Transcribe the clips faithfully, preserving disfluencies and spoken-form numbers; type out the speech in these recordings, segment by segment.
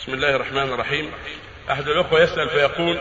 بسم الله الرحمن الرحيم. أحد الأخوة يسأل فيقول: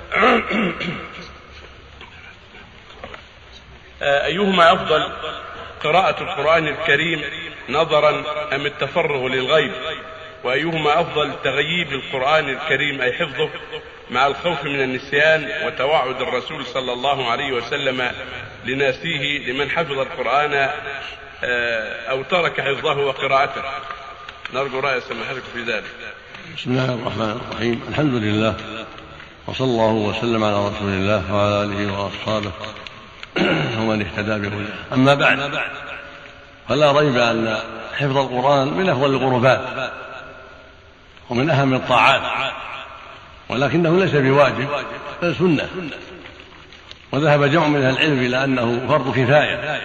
أيهما أفضل، قراءة القرآن الكريم نظرا أم التفرغ للغيب؟ وأيهما أفضل، تغييب القرآن الكريم أي حفظه مع الخوف من النسيان وتوعد الرسول صلى الله عليه وسلم لناسيه لمن حفظ القرآن أو ترك حفظه وقراءته؟ نرجو رأي سماحتكم في ذلك. بسم الله الرحمن الرحيم. الحمد لله وصلى الله وسلم على رسول الله وعلى آله وأصحابه ومن اهتدى بهداه. أما بعد، فلا ريب أن حفظ القرآن من أفضل القربات ومن أهم الطاعات، ولكنه ليس بواجب بل سنة، وذهب جمع من أهل العلم إلى أنه فرض كفاية،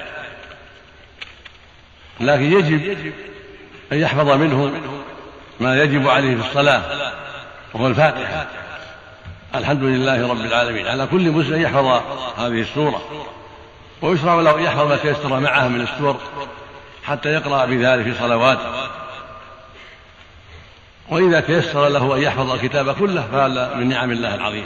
لكن يجب أن يحفظ منه ما يجب عليه في الصلاة وهو الفاتحة. الحمد لله رب العالمين. على كل مسلم يحفظ هذه السورة، ويشرع له أن يحفظ ما تيسر معها من السور حتى يقرأ بذلك في صلواته، وإذا تيسر له أن يحفظ الكتاب كله فهذا من نعم الله العظيم.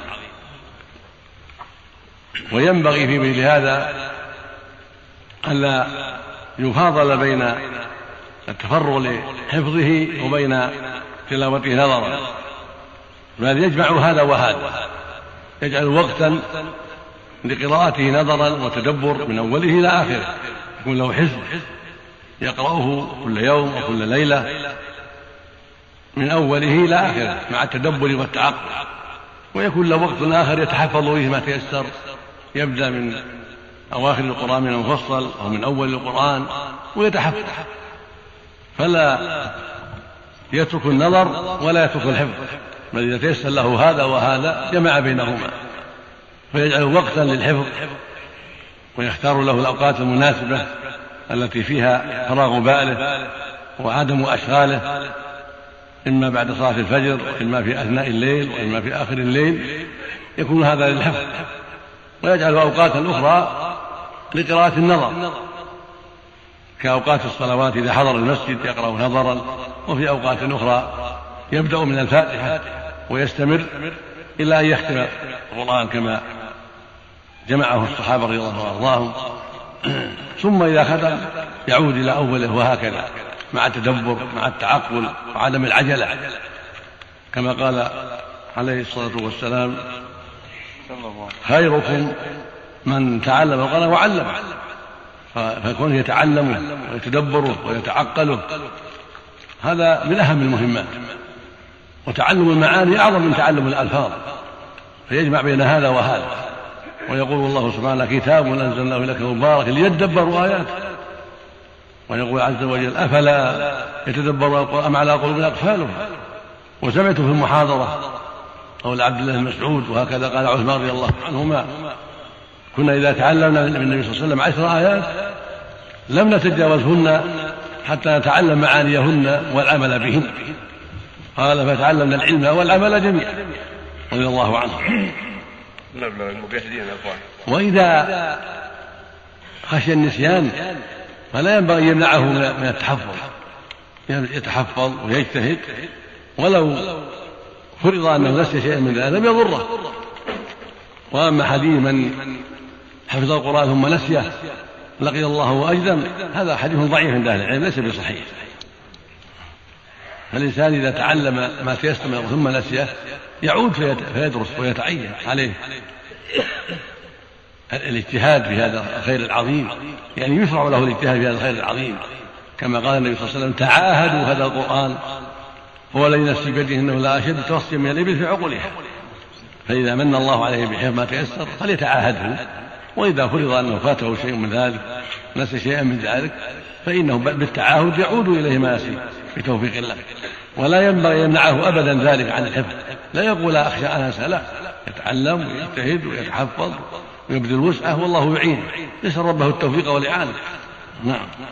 وينبغي في مثل هذا ألا يفاضل بين التفرغ لحفظه وبين تلاوته نظرا، بل يجمع هذا وهذا، يجعل وقتا لقراءته نظرا وتدبر من أوله إلى آخره، يكون له حزب يقرأه كل يوم وكل ليلة من أوله إلى آخره مع التدبر والتعقل، ويكون له وقت آخر يتحفظ به ما تيسر، يبدأ من أواخر القرآن من المفصل أو من أول القرآن ويتحفظ، فلا يترك النظر ولا يترك الحفظ، بل إذا تيسر له هذا وهذا جمع بينهما، فيجعل وقتا للحفظ ويختار له الأوقات المناسبة التي فيها فراغ باله وعدم أشغاله، إما بعد صلاة الفجر وإما في أثناء الليل وإما في آخر الليل، يكون هذا للحفظ. ويجعل أوقاتا أخرى لقراءة النظر، كأوقات الصلوات إذا حضر المسجد يقرأ نظرا، وفي أوقات أخرى يبدأ من الفاتحة ويستمر إلى أن يختم القرآن كما جمعه الصحابة رضي الله عنهم وأرضاهم، ثم إذا ختم يعود إلى أوله، وهكذا مع التدبر مع التعقل وعدم العجلة، كما قال عليه الصلاة والسلام: خيركم من تعلم القرآن وعلمه. فكونه يتعلمه ويتدبره ويتعقله هذا من أهم المهمات، وتعلم المعاني أعظم من تعلم الألفاظ، فيجمع بين هذا وهذا. ويقول الله سبحانه: كتاب أنزلناه إليك مبارك ليدبروا آياته. ويقول عز وجل: أفلا يتدبرون القرآن أم على قلوب أقفالها. وسمعت في المحاضرة قول عبد الله بن مسعود، وهكذا قال عثمان رضي الله عنهما: كنا إذا تعلمنا من النبي صلى الله عليه وسلم عشر آيات لم نتجاوزهن حتى نتعلم معانيهن والعمل بهن. قال: فتعلمنا العلم والعمل جميعا رضي الله عنه. وإذا خشي النسيان فلا ينبغي أن يمنعه من التحفظ، يتحفظ ويجتهد، ولو فرض أنه نسي شيئا من ذلك لم يضره. وأما حديث من حفظ القرآن ثم نسيه لقي الله وأجدم، هذا حديث ضعيف عند أهل العلم ليس بصحيح. فالإنسان إذا تعلم ما تيسر ثم نسيه يعود فيدرس ويتعين عليه الاجتهاد في هذا الخير العظيم، يعني يشرع له الاجتهاد في هذا الخير العظيم، كما قال النبي صلى الله عليه وسلم: تعاهدوا هذا القرآن هو الذي نفسي بيده إنه لا أشد توصيا من الإبل في عقولها. فإذا من الله عليه بحفظ ما تيسر فليتعاهده، وإذا فرض أنه فاته شيء من ذلك نسي شيئا من ذلك فإنه بالتعاهد يعود إليه ما نسي بتوفيق الله. ولا ينبغي يمنعه أبدا ذلك عن الحفظ، لا يقول أخشى أن أنسى، لا، يتعلم ويجتهد ويتحفظ ويبذل وسعه والله يعين، يسأل ربه التوفيق والإعانة. نعم.